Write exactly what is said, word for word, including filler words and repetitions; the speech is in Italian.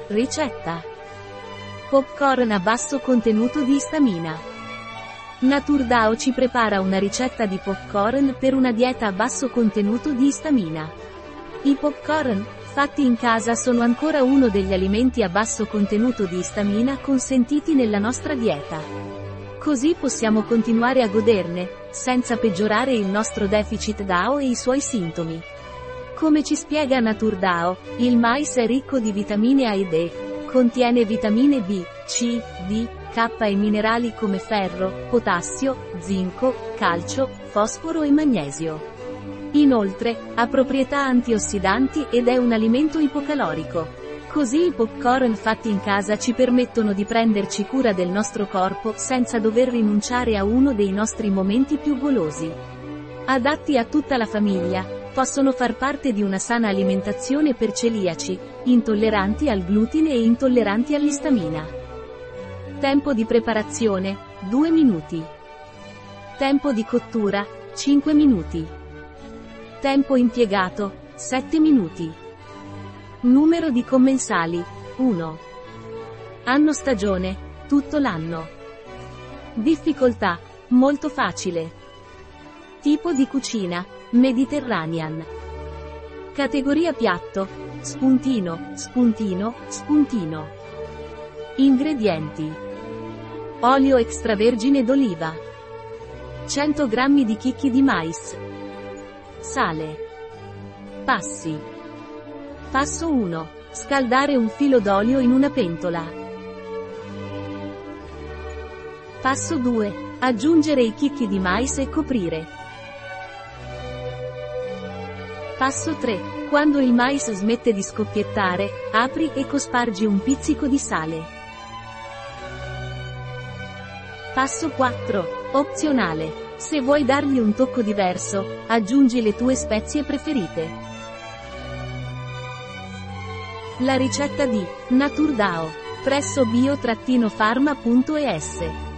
Ricetta. Popcorn a basso contenuto di istamina. Naturdao ci prepara una ricetta di popcorn per una dieta a basso contenuto di istamina. I popcorn, fatti in casa, sono ancora uno degli alimenti a basso contenuto di istamina consentiti nella nostra dieta. Così possiamo continuare a goderne, senza peggiorare il nostro deficit D A O e i suoi sintomi. Come ci spiega Naturdao, il mais è ricco di vitamine A ed E, contiene vitamine B, C, D, K e minerali come ferro, potassio, zinco, calcio, fosforo e magnesio. Inoltre, ha proprietà antiossidanti ed è un alimento ipocalorico. Così i popcorn fatti in casa ci permettono di prenderci cura del nostro corpo senza dover rinunciare a uno dei nostri momenti più golosi. Adatti a tutta la famiglia, possono far parte di una sana alimentazione per celiaci, intolleranti al glutine e intolleranti all'istamina. Tempo di preparazione, due minuti. Tempo di cottura, cinque minuti. Tempo impiegato, sette minuti. Numero di commensali, uno. Anno stagione, tutto l'anno. Difficoltà, molto facile. Tipo di cucina, Mediterranean. Categoria piatto, spuntino, spuntino, spuntino. Ingredienti. Olio extravergine d'oliva. cento grammi di chicchi di mais. Sale. Passi. Passo uno. Scaldare un filo d'olio in una pentola. Passo due. Aggiungere i chicchi di mais e coprire. Passo tre. Quando il mais smette di scoppiettare, apri e cospargi un pizzico di sale. Passo quattro. Opzionale. Se vuoi dargli un tocco diverso, aggiungi le tue spezie preferite. La ricetta di Naturdao presso bio-pharma punto es